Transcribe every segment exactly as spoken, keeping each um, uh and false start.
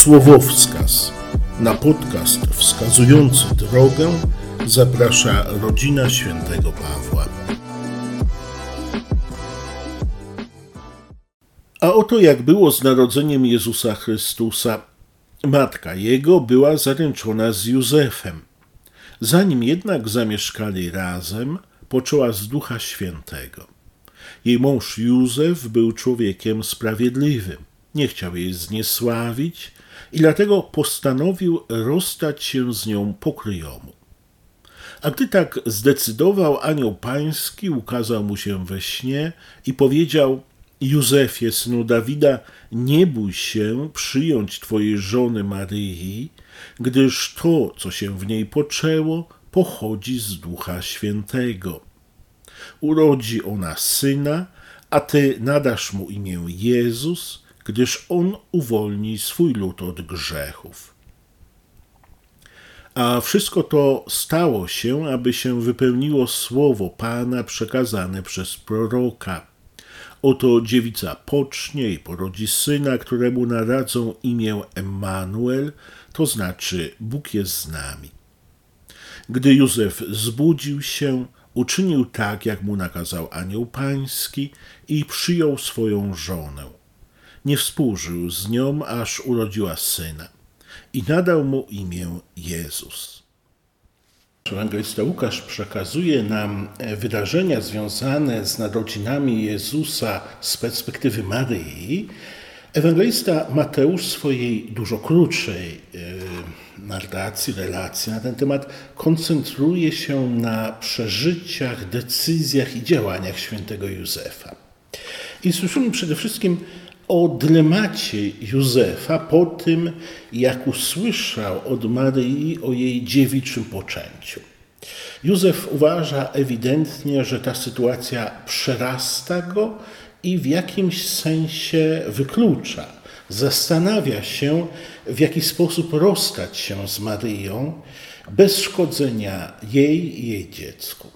Słowowskaz. Na podcast wskazujący drogę zaprasza rodzina świętego Pawła. A oto jak było z narodzeniem Jezusa Chrystusa. Matka Jego była zaręczona z Józefem. Zanim jednak zamieszkali razem, poczęła z Ducha Świętego. Jej mąż Józef był człowiekiem sprawiedliwym. Nie chciał jej zniesławić i dlatego postanowił rozstać się z nią pokryjomu. A gdy tak zdecydował, anioł pański ukazał mu się we śnie i powiedział: Józefie, synu Dawida, nie bój się przyjąć twojej żony Maryi, gdyż to, co się w niej poczęło, pochodzi z Ducha Świętego. Urodzi ona syna, a ty nadasz mu imię Jezus, gdyż on uwolni swój lud od grzechów. A wszystko to stało się, aby się wypełniło słowo Pana przekazane przez proroka. Oto dziewica pocznie i porodzi syna, któremu nadadzą imię Emmanuel, to znaczy Bóg jest z nami. Gdy Józef zbudził się, uczynił tak, jak mu nakazał anioł pański i przyjął swoją żonę. Nie współżył z nią, aż urodziła syna i nadał mu imię Jezus. Ewangelista Łukasz przekazuje nam wydarzenia związane z narodzinami Jezusa z perspektywy Maryi. Ewangelista Mateusz w swojej dużo krótszej narracji, relacji na ten temat koncentruje się na przeżyciach, decyzjach i działaniach świętego Józefa. I słyszymy przede wszystkim o dylemacie Józefa po tym, jak usłyszał od Maryi o jej dziewiczym poczęciu. Józef uważa ewidentnie, że ta sytuacja przerasta go i w jakimś sensie wyklucza. Zastanawia się, w jaki sposób rozstać się z Maryją bez szkodzenia jej i jej dziecku.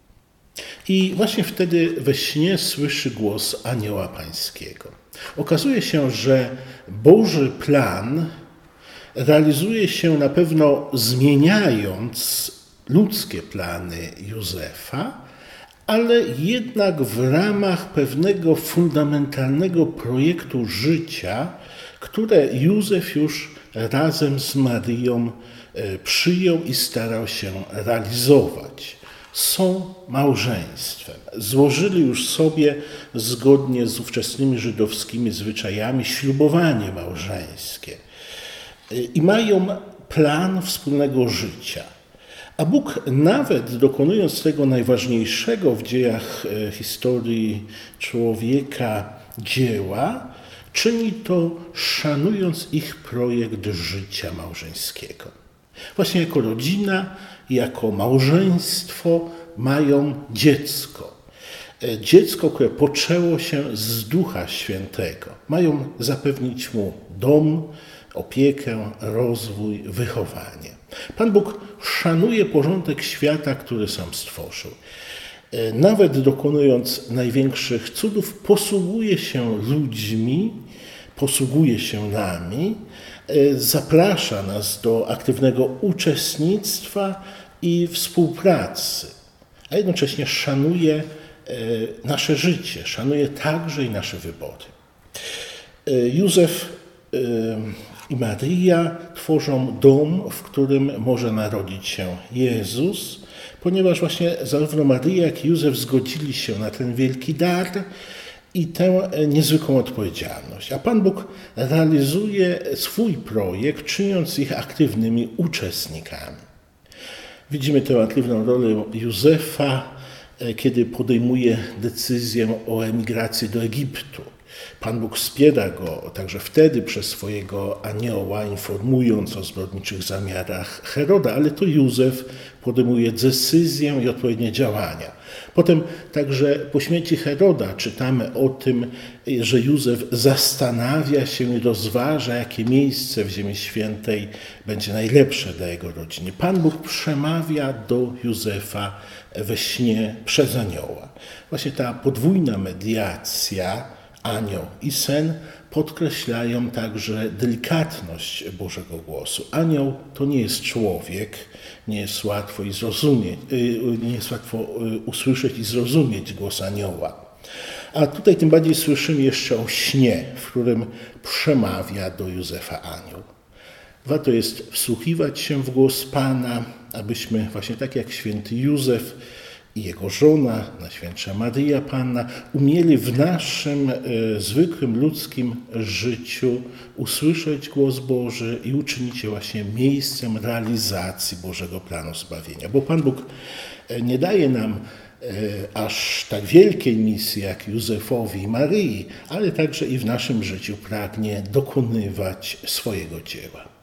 I właśnie wtedy we śnie słyszy głos anioła pańskiego. Okazuje się, że Boży plan realizuje się na pewno zmieniając ludzkie plany Józefa, ale jednak w ramach pewnego fundamentalnego projektu życia, które Józef już razem z Maryją przyjął i starał się realizować. Są małżeństwem. Złożyli już sobie, zgodnie z ówczesnymi żydowskimi zwyczajami, ślubowanie małżeńskie i mają plan wspólnego życia. A Bóg, nawet dokonując tego najważniejszego w dziejach historii człowieka dzieła, czyni to szanując ich projekt życia małżeńskiego. Właśnie jako rodzina, jako małżeństwo mają dziecko. Dziecko, które poczęło się z Ducha Świętego. Mają zapewnić mu dom, opiekę, rozwój, wychowanie. Pan Bóg szanuje porządek świata, który sam stworzył. Nawet dokonując największych cudów, posługuje się ludźmi, posługuje się nami, zaprasza nas do aktywnego uczestnictwa i współpracy, a jednocześnie szanuje nasze życie, szanuje także i nasze wybory. Józef i Maryja tworzą dom, w którym może narodzić się Jezus, ponieważ właśnie zarówno Maryja, jak i Józef zgodzili się na ten wielki dar i tę niezwykłą odpowiedzialność. A Pan Bóg realizuje swój projekt, czyniąc ich aktywnymi uczestnikami. Widzimy tę aktywną rolę Józefa, kiedy podejmuje decyzję o emigracji do Egiptu. Pan Bóg wspiera go także wtedy przez swojego anioła, informując o zbrodniczych zamiarach Heroda, ale to Józef podejmuje decyzję i odpowiednie działania. Potem także po śmierci Heroda czytamy o tym, że Józef zastanawia się i rozważa, jakie miejsce w Ziemi Świętej będzie najlepsze dla jego rodziny. Pan Bóg przemawia do Józefa we śnie przez anioła. Właśnie ta podwójna mediacja anioł i sen podkreślają także delikatność Bożego głosu. Anioł to nie jest człowiek, nie jest łatwo i zrozumieć, nie jest łatwo usłyszeć i zrozumieć głos anioła. A tutaj tym bardziej słyszymy jeszcze o śnie, w którym przemawia do Józefa anioł. Warto jest wsłuchiwać się w głos Pana, abyśmy właśnie tak jak święty Józef i jego żona, Najświętsza Maryja Panna, umieli w naszym e, zwykłym ludzkim życiu usłyszeć głos Boży i uczynić je właśnie miejscem realizacji Bożego planu zbawienia. Bo Pan Bóg nie daje nam e, aż tak wielkiej misji jak Józefowi i Maryi, ale także i w naszym życiu pragnie dokonywać swojego dzieła.